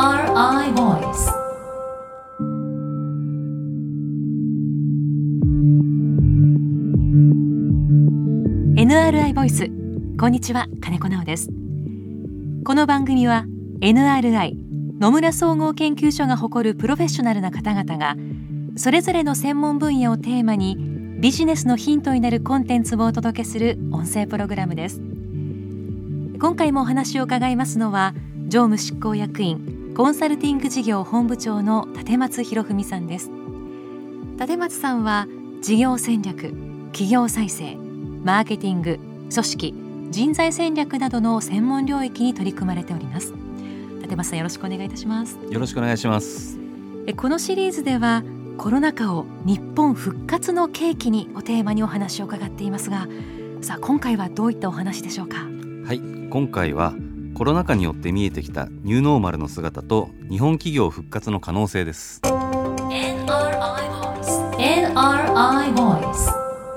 NRI Voice。 NRI ボイス。こんにちは、金子直です。この番組は NRI 野村総合研究所が誇るプロフェッショナルな方々がそれぞれの専門分野をテーマにビジネスのヒントになるコンテンツをお届けする音声プログラムです。今回もお話を伺いますのは常務執行役員コンサルティング事業本部長の立松博文さんです。立松さんは事業戦略、企業再生、マーケティング、組織、人材戦略などの専門領域に取り組まれております。立松さん、よろしくお願いいたします。 よろしくお願いします。 このシリーズではコロナ禍を日本復活の契機にをテーマにお話を伺っていますが、さあ今回はどういったお話でしょうか。 はい、今回はコロナ禍によって見えてきたニューノーマルの姿と日本企業復活の可能性です。 NRI Voice。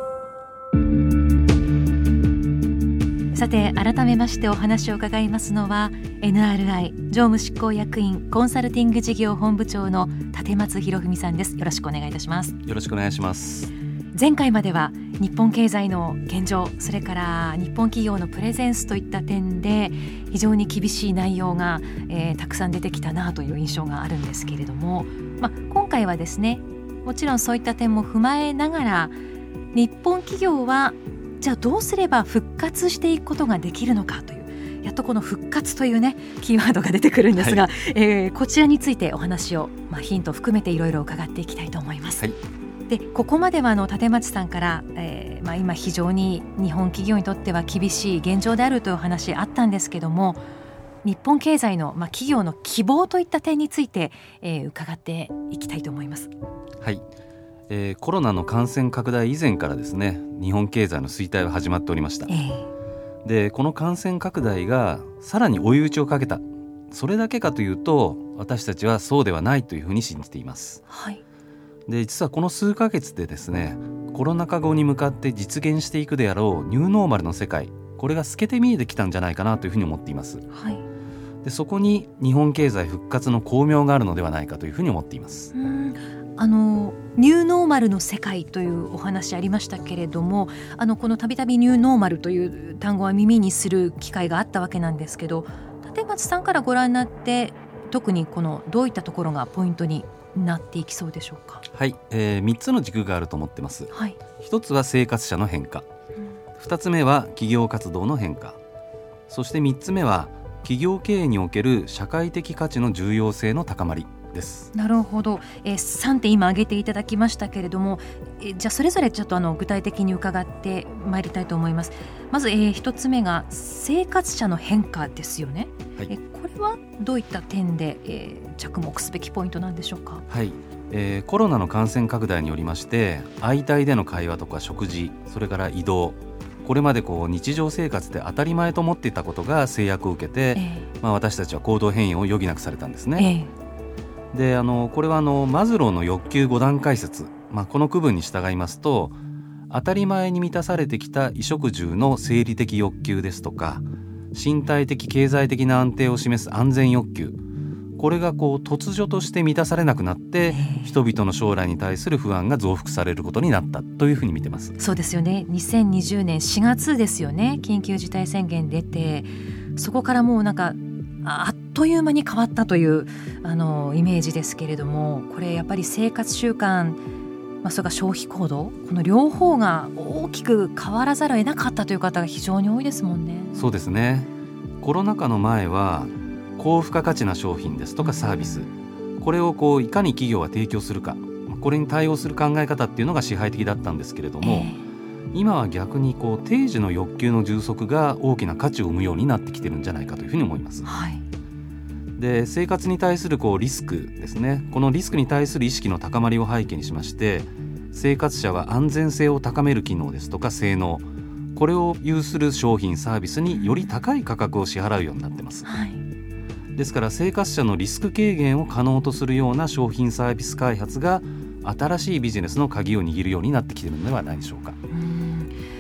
さて改めましてお話を伺いますのは NRI 常務執行役員コンサルティング事業本部長の立松博文さんです。よろしくお願いいたします。 よろしくお願いします。 前回までは日本経済の現状、それから日本企業のプレゼンスといった点で非常に厳しい内容が、たくさん出てきたなという印象があるんですけれども、今回はですね、もちろんそういった点も踏まえながら日本企業はじゃあどうすれば復活していくことができるのかという、やっとこの復活というねキーワードが出てくるんですが、こちらについてお話を、ヒントを含めていろいろ伺っていきたいと思います。 はい。 でここまでは立松さんから、今非常に日本企業にとっては厳しい現状であるというお話あったんですけども、日本経済の、企業の希望といった点について、伺っていきたいと思います。 はい。コロナの感染拡大以前からですね、日本経済の衰退は始まっておりました。でこの感染拡大がさらに追い打ちをかけた、それだけかというと私たちはそうではないというふうに信じています。 はい。 で実はこの数ヶ月でですね、コロナ禍後に向かって実現していくであろうニューノーマルの世界、これが透けて見えてきたんじゃないかなというふうに思っています。 はい。 でそこに日本経済復活の光明があるのではないかというふうに思っています。 ニューノーマルの世界というお話ありましたけれども、このたびたびニューノーマルという単語は耳にする機会があったわけなんですけど、立松さんからご覧になって特にこのどういったところがポイントになっていきそうでしょうか。 はい、3つの軸があると思ってます。 はい。 1つは生活者の変化、2つ目は企業活動の変化、そして3つ目は企業経営における社会的価値の重要性の高まりです。 なるほど、3点今挙げていただきましたけれども、じゃあそれぞれちょっと具体的に伺ってまいりたいと思います。まず、1つ目が生活者の変化ですよね。はい。これはどういった点で、着目すべきポイントなんでしょうか。 はい。コロナの感染拡大によりまして相対での会話とか食事、それから移動、これまで日常生活で当たり前と思っていたことが制約を受けて、私たちは行動変容を余儀なくされたんですね。でこれはマズローの欲求5段階説、この区分に従いますと、当たり前に満たされてきた衣食住の生理的欲求ですとか、身体的経済的な安定を示す安全欲求、これが突如として満たされなくなって人々の将来に対する不安が増幅されることになったというふうに見てます。 そうですよね。2020年4月ですよね、緊急事態宣言出て、そこからもうあっという間に変わったというイメージですけれども、これやっぱり生活習慣、それから消費行動、この両方が大きく変わらざるを得なかったという方が非常に多いですもんね。 そうですね。コロナ禍の前は高付加価値な商品ですとかサービス、これをいかに企業が提供するか、これに対応する考え方っていうのが支配的だったんですけれども、今は逆に定時の欲求の充足が大きな価値を生むようになってきてるんじゃないかというふうに思います。 はい。 で生活に対するリスクですね、このリスクに対する意識の高まりを背景にしまして、生活者は安全性を高める機能ですとか性能、これを有する商品サービスにより高い価格を支払うようになってます。はい。ですから生活者のリスク軽減を可能とするような商品サービス開発が新しいビジネスの鍵を握るようになってきているのではないでしょうか。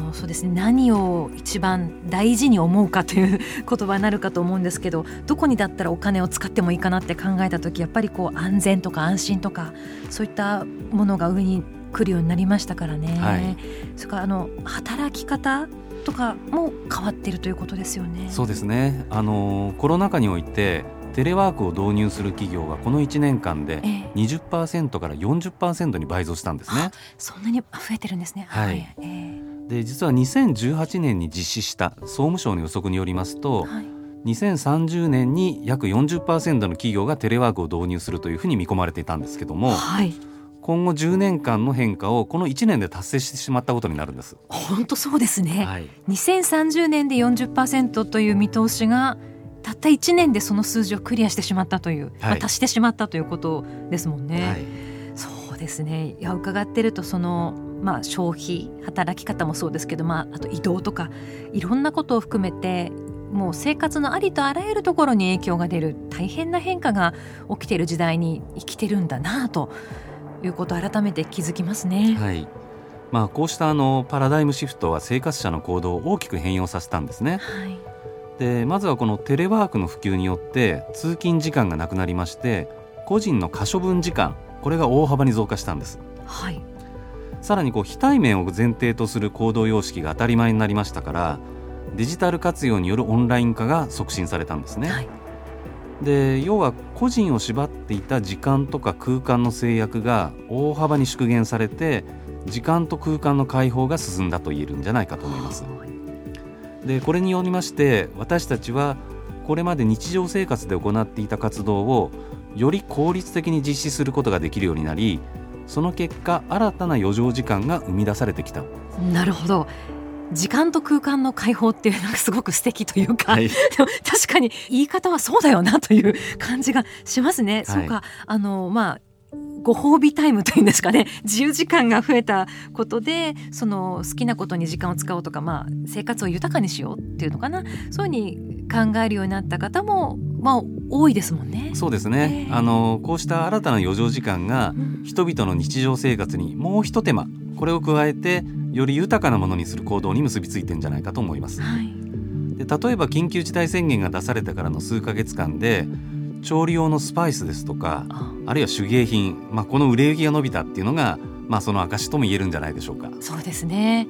そうですね、何を一番大事に思うかという言葉になるかと思うんですけど、どこにだったらお金を使ってもいいかなって考えた時、やっぱり安全とか安心とかそういったものが上に来るようになりましたからね、はい、それから働き方とかも変わっているということですよね。 そうですね、コロナ禍においてテレワークを導入する企業がこの1年間で 20% から 40% に倍増したんですね。 そんなに増えてるんですね。 はい、で実は2018年に実施した総務省の予測によりますと、はい、2030年に約 40% の企業がテレワークを導入するというふうに見込まれていたんですけども、はい、今後10年間の変化をこの1年で達成してしまったことになるんです。 本当そうですね、はい、2030年で 40% という見通しがたった1年でその数字をクリアしてしまったという、はい、達してしまったということですもんね、はい、そうですね。いや、伺ってると消費、働き方もそうですけど、あと移動とかいろんなことを含めてもう生活のありとあらゆるところに影響が出る大変な変化が起きている時代に生きてるんだなということを改めて気づきますね。 はい、こうしたパラダイムシフトは生活者の行動を大きく変容させたんですね、はい、でまずはこのテレワークの普及によって通勤時間がなくなりまして、個人の可処分時間、これが大幅に増加したんです、はい、さらに非対面を前提とする行動様式が当たり前になりましたから、デジタル活用によるオンライン化が促進されたんですね、はい、で要は個人を縛っていた時間とか空間の制約が大幅に縮減されて、時間と空間の開放が進んだと言えるんじゃないかと思います。でこれによりまして私たちはこれまで日常生活で行っていた活動をより効率的に実施することができるようになり、その結果新たな余剰時間が生み出されてきた。 なるほど、時間と空間の解放っていうのがすごく素敵というか、はい、でも確かに言い方はそうだよなという感じがしますね、はい、そうか、ご褒美タイムというんですかね、自由時間が増えたことで好きなことに時間を使おうとか、生活を豊かにしようっていうのかな、そういうふうに考えるようになった方も、多いですもんね。 そうですね、こうした新たな余剰時間が人々の日常生活にもう一手間、これを加えてより豊かなものにする行動に結びついてるんじゃないかと思います、はい、で例えば緊急事態宣言が出されてからの数ヶ月間で調理用のスパイスですとか、あるいは手芸品、この売れ行きが伸びたっていうのが、その証とも言えるんじゃないでしょうか。 そうですね、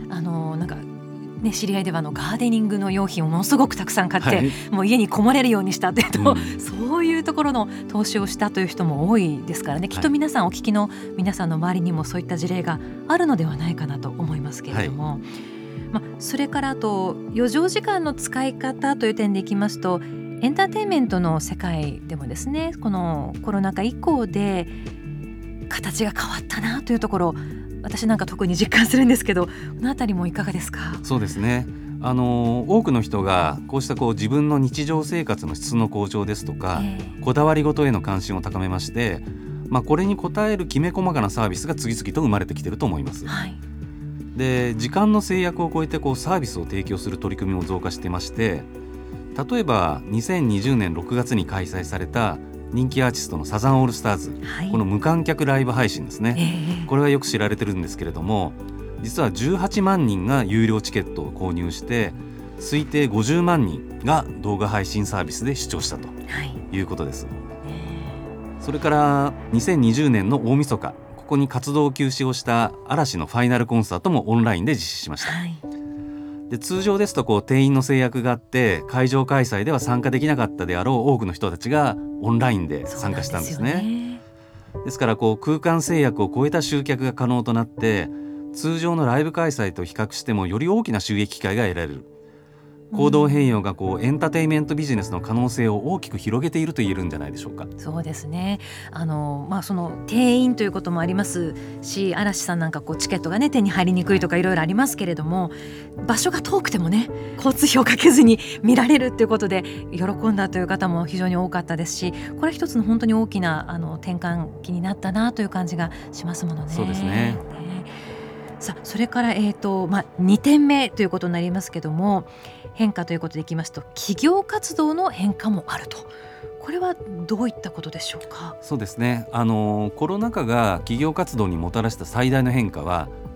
知り合いではガーデニングの用品をものすごくたくさん買って、はい、もう家にこもれるようにしたというと、そういうところの投資をしたという人も多いですからね、きっと皆さん、お聞きの皆さんの周りにもそういった事例があるのではないかなと思いますけれども、はい、それからあと余剰時間の使い方という点でいきますと、エンターテインメントの世界でもですね、このコロナ禍以降で形が変わったなというところ、私なんか特に実感するんですけど、このあたりもいかがですか？ そうですね、多くの人がこうした自分の日常生活の質の向上ですとか、こだわりごとへの関心を高めまして、これに応えるきめ細かなサービスが次々と生まれてきていると思います、はい、で時間の制約を超えてサービスを提供する取り組みも増加していまして、例えば2020年6月に開催された人気アーティストのサザンオールスターズ、はい、この無観客ライブ配信ですね、これはよく知られてるんですけれども、実は18万人が有料チケットを購入して、推定50万人が動画配信サービスで視聴したということです、それから2020年の大晦日、ここに活動休止をした嵐のファイナルコンサートもオンラインで実施しました、はい、で通常ですと定員の制約があって会場開催では参加できなかったであろう多くの人たちがオンラインで参加したんですね。ですから空間制約を超えた集客が可能となって、通常のライブ開催と比較してもより大きな収益機会が得られる。行動変容がエンターテインメントビジネスの可能性を大きく広げていると言えるんじゃないでしょうか。 そうですね、その定員ということもありますし、嵐さんなんかチケットが手に入りにくいとかいろいろありますけれども、場所が遠くても交通費をかけずに見られるということで喜んだという方も非常に多かったですし、これは一つの本当に大きな転換期になったなという感じがしますものね。 そうですね。 さあ、それから、2点目ということになりますけども、変化ということでいきますと、企業活動の変化もあると。これはどういったことでしょうか？ そうですね、コロナ禍が企業活動にもたらした最大の変化は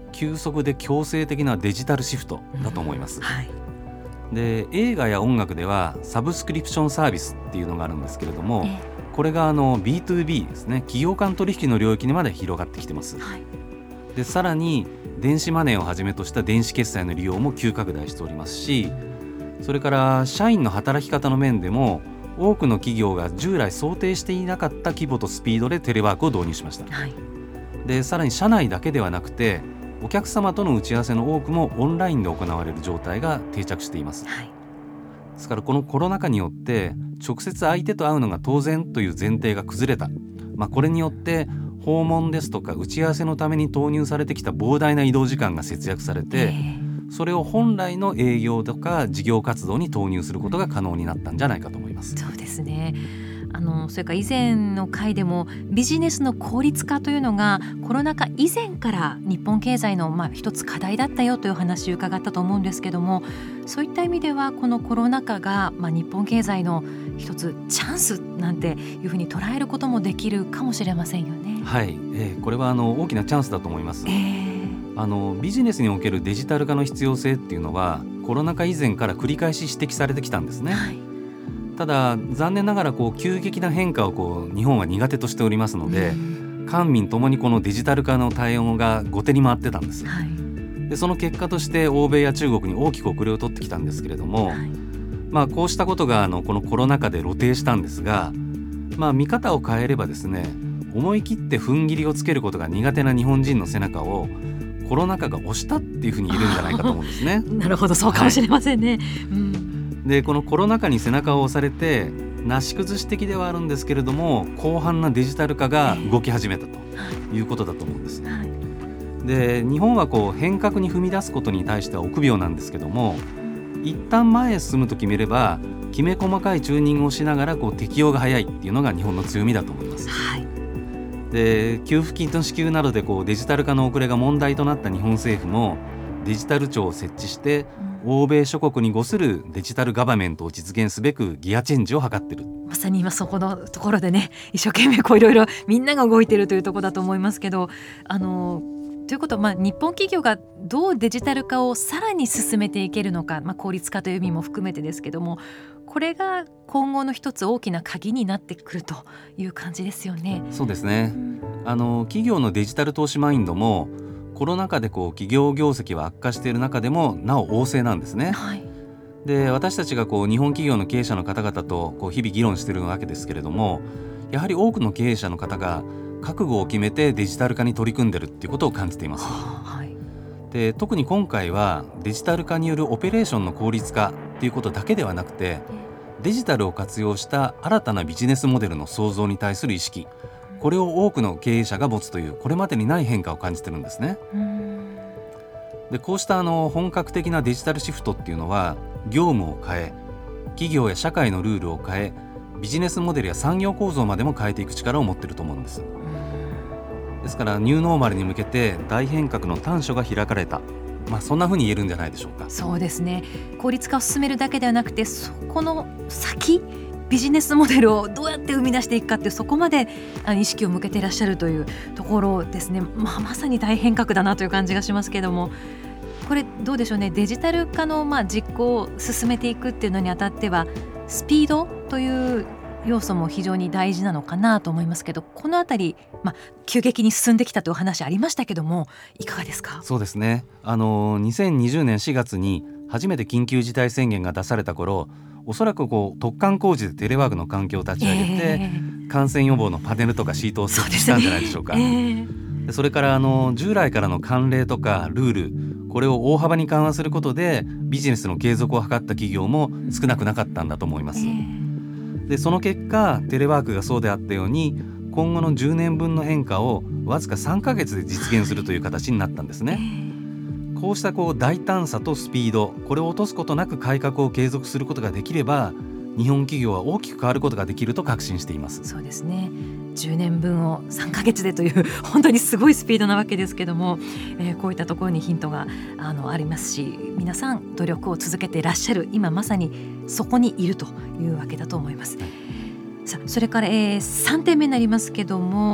急速で強制的なデジタルシフトだと思います、 はい、 で映画や音楽ではサブスクリプションサービスっていうのがあるんですけれども、これがB2B ですね、企業間取引の領域にまで広がってきてます、はい、でさらに電子マネーをはじめとした電子決済の利用も急拡大しておりますし、それから社員の働き方の面でも多くの企業が従来想定していなかった規模とスピードでテレワークを導入しました、はい、でさらに社内だけではなくてお客様との打ち合わせの多くもオンラインで行われる状態が定着しています、はい、ですからこのコロナ禍によって直接相手と会うのが当然という前提が崩れた、これによって訪問ですとか打ち合わせのために投入されてきた膨大な移動時間が節約されて、それを本来の営業とか事業活動に投入することが可能になったんじゃないかと思います。 そうですね。それから以前の回でもビジネスの効率化というのがコロナ禍以前から日本経済の一つ課題だったよという話を伺ったと思うんですけども、そういった意味ではこのコロナ禍が日本経済の一つチャンスなんていうふうに捉えることもできるかもしれませんよね。 はい、これは大きなチャンスだと思います、ビジネスにおけるデジタル化の必要性っていうのはコロナ禍以前から繰り返し指摘されてきたんですね、はい、ただ残念ながら急激な変化を日本は苦手としておりますので、官民ともにこのデジタル化の対応が後手に回ってたんです、はい、でその結果として欧米や中国に大きく遅れを取ってきたんですけれども、はい、こうしたことがこのコロナ禍で露呈したんですが、見方を変えればですね、思い切って踏ん切りをつけることが苦手な日本人の背中をコロナ禍が押したっていうふうに言えるんじゃないかと思うんですねなるほど、そうかもしれませんね、 でこのコロナ禍に背中を押されてなし崩し的ではあるんですけれども広範なデジタル化が動き始めたということだと思うんです、で日本は変革に踏み出すことに対しては臆病なんですけども、一旦前へ進むと決めればきめ細かいチューニングをしながら適用が早いっていうのが日本の強みだと思います、はい、で給付金の支給などでデジタル化の遅れが問題となった日本政府もデジタル庁を設置して、欧米諸国に伍するデジタルガバメントを実現すべくギアチェンジを図っている。 まさに今そこのところでね、一生懸命いろいろみんなが動いているというところだと思いますけど、ということは、日本企業がどうデジタル化をさらに進めていけるのか、効率化という意味も含めてですけども、これが今後の一つ大きな鍵になってくるという感じですよね。 そうですね、企業のデジタル投資マインドもコロナ禍で企業業績は悪化している中でもなお旺盛なんですね、はい、で私たちが日本企業の経営者の方々と日々議論しているわけですけれども、やはり多くの経営者の方が覚悟を決めてデジタル化に取り組んでいるっていうことを感じています、はい、で特に今回はデジタル化によるオペレーションの効率化っていうことだけではなくて、デジタルを活用した新たなビジネスモデルの創造に対する意識、これを多くの経営者が持つというこれまでにない変化を感じてるんですね。でこうした本格的なデジタルシフトっていうのは業務を変え、企業や社会のルールを変え、ビジネスモデルや産業構造までも変えていく力を持っていると思うんです。ですからニューノーマルに向けて大変革の端緒が開かれた、そんな風に言えるんじゃないでしょうか。 そうですね、効率化を進めるだけではなくて、そこの先ビジネスモデルをどうやって生み出していくかっていう、そこまで意識を向けていらっしゃるというところですね。まさに大変革だなという感じがしますけども、これどうでしょうね、デジタル化の実行を進めていくっていうのにあたってはスピードという要素も非常に大事なのかなと思いますけど、このあたり、急激に進んできたというお話ありましたけども、いかがですか。 そうですね、2020年4月に初めて緊急事態宣言が出された頃、おそらく特貫工事でテレワークの環境を立ち上げて、感染予防のパネルとかシートを設置したんじゃないでしょうか。それから従来からの慣例とかルール、これを大幅に緩和することでビジネスの継続を図った企業も少なくなかったんだと思います。でその結果テレワークがそうであったように、今後の10年分の変化をわずか3ヶ月で実現するという形になったんですね。こうした大胆さとスピード、これを落とすことなく改革を継続することができれば、日本企業は大きく変わることができると確信しています。 そうですね、10年分を3ヶ月でという本当にすごいスピードなわけですけども、こういったところにヒントがありますし、皆さん努力を続けていらっしゃる、今まさにそこにいるというわけだと思います。さあそれから、3点目になりますけども、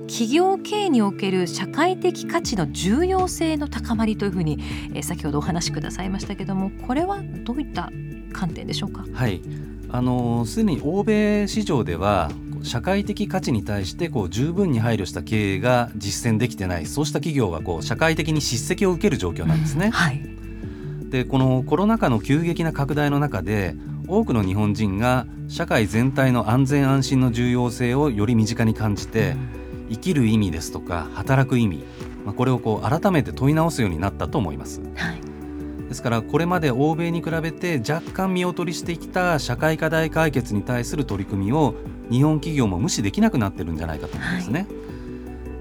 企業経営における社会的価値の重要性の高まりというふうに、先ほどお話しくださいましたけども、これはどういった観点でしょうか。 はい、すでに欧米市場では社会的価値に対して十分に配慮した経営が実践できてない、そうした企業が社会的に叱責を受ける状況なんですね。 はい、 でこのコロナ禍の急激な拡大の中で、多くの日本人が社会全体の安全安心の重要性をより身近に感じて、生きる意味ですとか働く意味、これを改めて問い直すようになったと思います。 はい、 ですからこれまで欧米に比べて若干見劣りしてきた社会課題解決に対する取り組みを日本企業も無視できなくなってるんじゃないかと思うんですね。はい、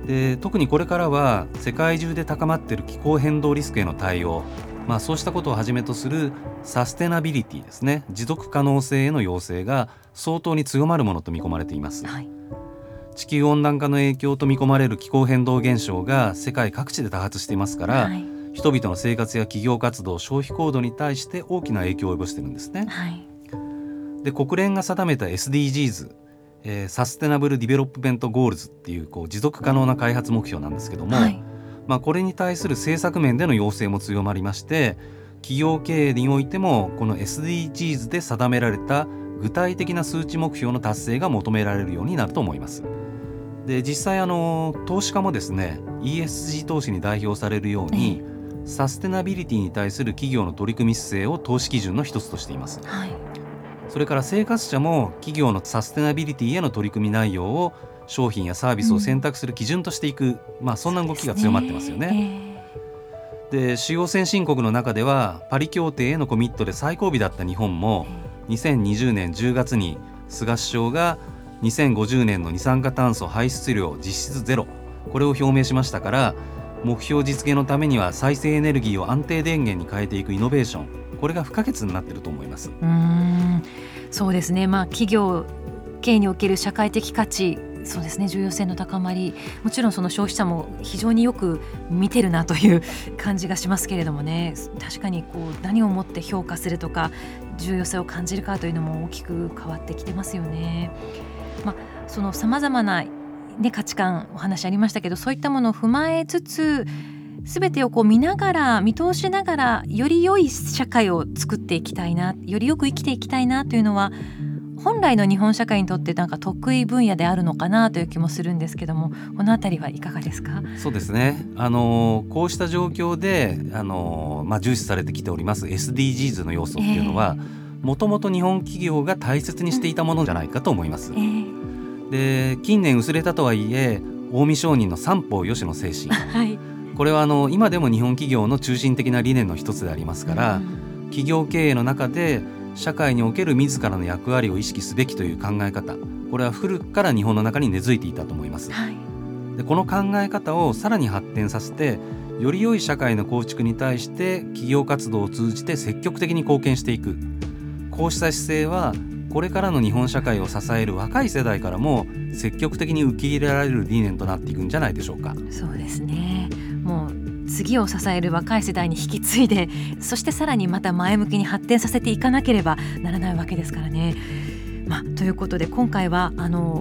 で特にこれからは世界中で高まっている気候変動リスクへの対応、そうしたことをはじめとするサステナビリティですね、持続可能性への要請が相当に強まるものと見込まれています。 はい、 地球温暖化の影響と見込まれる気候変動現象が世界各地で多発していますから、はい、人々の生活や企業活動、消費行動に対して大きな影響を及ぼしているんですね。 はい、 で国連が定めた SDGs、サステナブルディベロップメントゴールズっていう、持続可能な開発目標なんですけども、はい、これに対する政策面での要請も強まりまして、企業経営においてもこの SDGs で定められた具体的な数値目標の達成が求められるようになると思います。で実際投資家もですね ESG 投資に代表されるように、サステナビリティに対する企業の取り組み姿勢を投資基準の一つとしています。 はい、 それから生活者も企業のサステナビリティへの取り組み内容を商品やサービスを選択する基準としていく、そんな動きが強まってますよね。で主要先進国の中ではパリ協定へのコミットで最後尾だった日本も、2020年10月に菅首相が2050年の二酸化炭素排出量実質ゼロ、これを表明しましたから、目標実現のためには再生エネルギーを安定電源に変えていくイノベーション、これが不可欠になっていると思います。 そうですね、企業経営における社会的価値、そうですね、重要性の高まり、もちろんその消費者も非常によく見てるなという感じがしますけれどもね、確かに何をもって評価するとか重要性を感じるかというのも大きく変わってきてますよね。そのさまざまな、価値観お話ありましたけど、そういったものを踏まえつつ全てを見ながら見通しながらより良い社会を作っていきたいな、よりよく生きていきたいなというのは本来の日本社会にとって得意分野であるのかなという気もするんですけども、このあたりはいかがですか。 そうですね、こうした状況で重視されてきております SDGs の要素っていうのは、もともと日本企業が大切にしていたものじゃないかと思います。で近年薄れたとはいえ、近江商人の三方よしの精神、はい、これは今でも日本企業の中心的な理念の一つでありますから、企業経営の中で社会における自らの役割を意識すべきという考え方、これは古くから日本の中に根付いていたと思います。はい、でこの考え方をさらに発展させて、より良い社会の構築に対して企業活動を通じて積極的に貢献していく、こうした姿勢はこれからの日本社会を支える若い世代からも積極的に受け入れられる理念となっていくんじゃないでしょうか。 そうですね、もう次を支える若い世代に引き継いで、そしてさらにまた前向きに発展させていかなければならないわけですからね。ということで今回は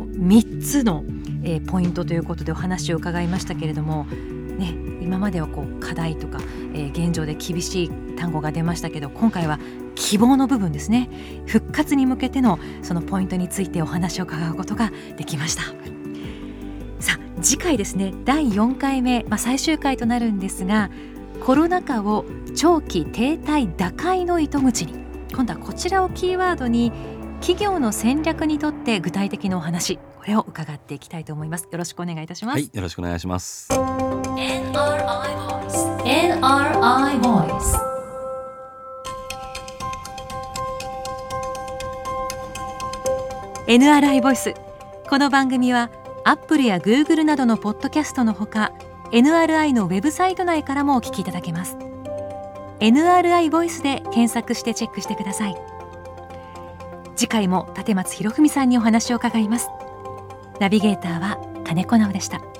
3つの、ポイントということでお話を伺いましたけれども、今までは課題とか、現状で厳しい単語が出ましたけど、今回は希望の部分ですね、復活に向けてのそのポイントについてお話を伺うことができました。さあ次回ですね、第4回目、最終回となるんですが、コロナ禍を長期停滞打開の糸口に、今度はこちらをキーワードに企業の戦略にとって具体的なお話、これを伺っていきたいと思います。よろしくお願いいたします。 はい、よろしくお願いします。 NRI Voice NRI ボイス、この番組はアップルやグーグルなどのポッドキャストのほか、 NRI のウェブサイト内からもお聞きいただけます。 NRI ボイスで検索してチェックしてください。次回も立松博文さんにお話を伺います。ナビゲーターは金子直でした。